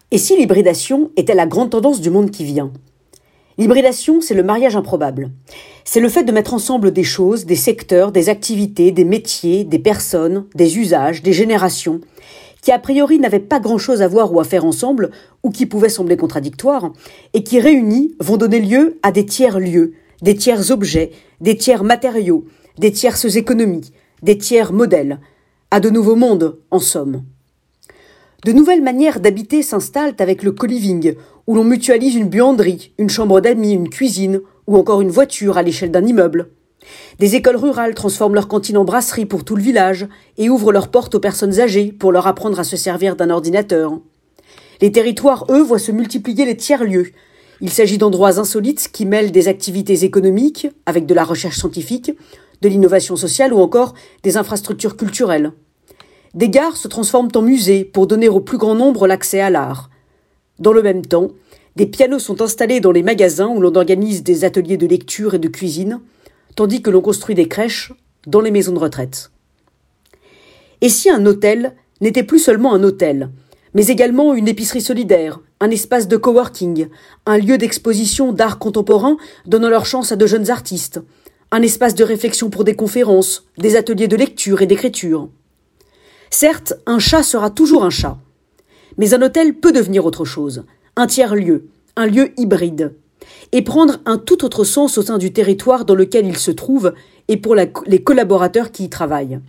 Et si l'hybridation était la grande tendance du monde qui vient? L'hybridation, c'est le mariage improbable. C'est le fait de mettre ensemble des choses, des secteurs, des activités, des métiers, des personnes, des usages, des générations, qui a priori n'avaient pas grand-chose à voir ou à faire ensemble, ou qui pouvaient sembler contradictoires, et qui réunis vont donner lieu à des tiers-lieux, des tiers-objets, des tiers-matériaux, des tierces économies, des tiers-modèles, à de nouveaux mondes, en somme. De nouvelles manières d'habiter s'installent avec le co-living, où l'on mutualise une buanderie, une chambre d'amis, une cuisine, ou encore une voiture à l'échelle d'un immeuble. Des écoles rurales transforment leur cantine en brasserie pour tout le village et ouvrent leurs portes aux personnes âgées pour leur apprendre à se servir d'un ordinateur. Les territoires, eux, voient se multiplier les tiers-lieux. Il s'agit d'endroits insolites qui mêlent des activités économiques, avec de la recherche scientifique, de l'innovation sociale ou encore des infrastructures culturelles. Des gares se transforment en musées pour donner au plus grand nombre l'accès à l'art. Dans le même temps, des pianos sont installés dans les magasins où l'on organise des ateliers de lecture et de cuisine, tandis que l'on construit des crèches dans les maisons de retraite. Et si un hôtel n'était plus seulement un hôtel, mais également une épicerie solidaire, un espace de coworking, un lieu d'exposition d'art contemporain donnant leur chance à de jeunes artistes, un espace de réflexion pour des conférences, des ateliers de lecture et d'écriture. Certes, un chat sera toujours un chat, mais un hôtel peut devenir autre chose, un tiers-lieu, un lieu hybride, et prendre un tout autre sens au sein du territoire dans lequel il se trouve et pour les collaborateurs qui y travaillent.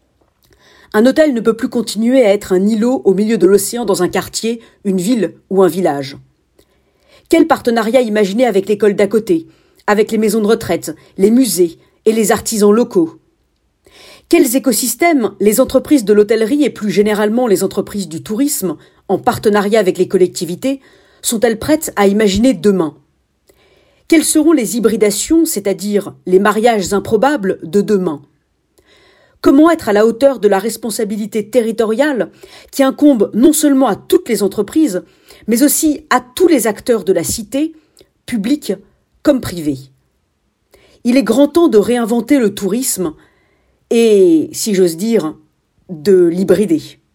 Un hôtel ne peut plus continuer à être un îlot au milieu de l'océan dans un quartier, une ville ou un village. Quel partenariat imaginer avec l'école d'à côté, avec les maisons de retraite, les musées et les artisans locaux? Quels écosystèmes les entreprises de l'hôtellerie et plus généralement les entreprises du tourisme, en partenariat avec les collectivités, sont-elles prêtes à imaginer demain? Quelles seront les hybridations, c'est-à-dire les mariages improbables de demain? Comment être à la hauteur de la responsabilité territoriale qui incombe non seulement à toutes les entreprises, mais aussi à tous les acteurs de la cité, publics comme privés? Il est grand temps de réinventer le tourisme et, si j'ose dire, de l'hybrider.